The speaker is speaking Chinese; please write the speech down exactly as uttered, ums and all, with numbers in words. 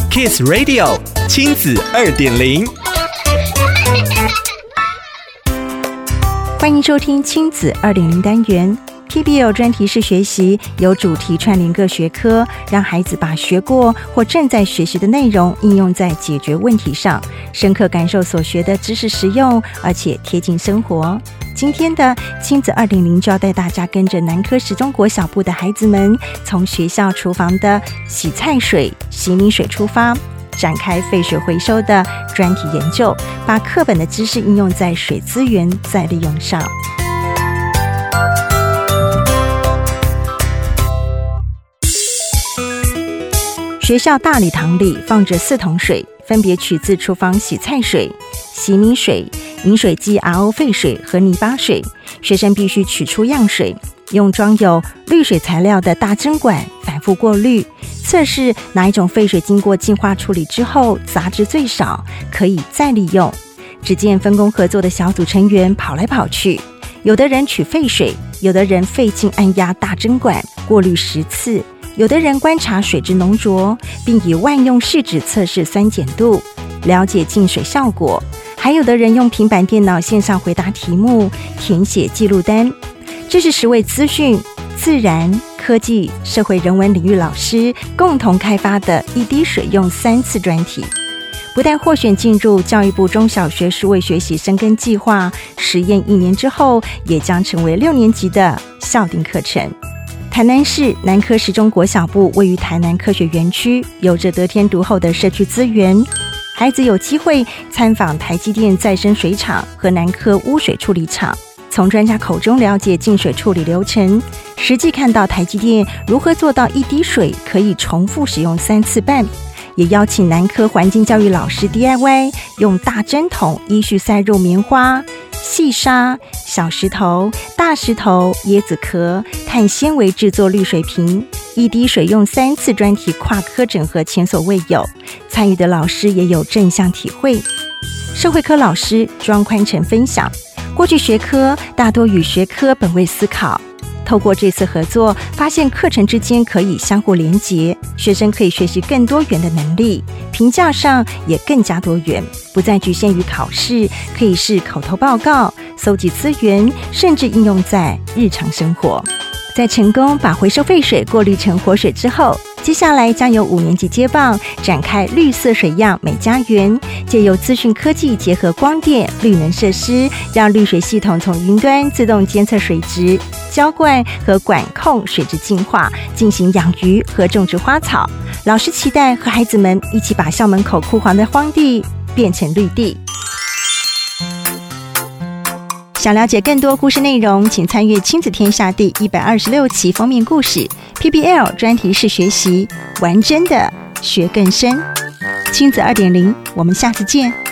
Kids Radio 亲子 二点零。 欢迎收听亲子 二点零 单元。 P B L 专题式学习由主题串联各学科，让孩子把学过或正在学习的内容应用在解决问题上，深刻感受所学的知识实用，而且贴近生活。今天的亲子 二点零 就要带大家跟着南科时钟国小部的孩子们，从学校厨房的洗菜水、洗米水出发，展开废水回收的专题研究，把课本的知识应用在水资源再利用上。学校大礼堂里放着四桶水，分别取自厨房洗菜水、洗米水、饮水机 R O 废水和泥巴水。学生必须取出样水，用装有滤水材料的大针管反复过滤，测试哪一种废水经过净化处理之后杂质最少，可以再利用。只见分工合作的小组成员跑来跑去，有的人取废水，有的人费劲按压大针管过滤十次，有的人观察水质浓浊，并以万用试纸测试酸碱度，了解净水效果。还有的人用平板电脑线上回答题目，填写记录单。这是十位资讯、自然、科技、社会人文领域老师共同开发的一滴水用三次专题，不但获选进入教育部中小学数位学习深耕计划，实验一年之后，也将成为六年级的校定课程。台南市南科时钟国小部位于台南科学园区，有着得天独厚的社区资源，孩子有机会参访台积电再生水厂和南科污水处理厂，从专家口中了解净水处理流程，实际看到台积电如何做到一滴水可以重复使用三次半。也邀请南科环境教育老师 D I Y 用大针筒依序塞入棉花、细沙、小石头、大石头、椰子壳、碳纤维制作滤水瓶，一滴水用三次专题跨科整合前所未有，参与的老师也有正向体会。社会科老师庄宽成分享，过去学科大多与学科本位思考，透过这次合作，发现课程之间可以相互连结，学生可以学习更多元的能力，评价上也更加多元，不再局限于考试，可以是口头报告、搜集资源，甚至应用在日常生活。在成功把回收废水过滤成活水之后，接下来将由五年级接棒展开绿色水样美家园，借由资讯科技结合光电、绿能设施，让滤水系统从云端自动监测水质、浇灌和管控水质净化，进行养鱼和种植花草。老师期待和孩子们一起把校门口枯黄的荒地变成绿地。想了解更多故事内容，请参阅《亲子天下》第一百二十六期封面故事 P B L 专题式学习，玩真的学更深。亲子 二点零， 我们下次见。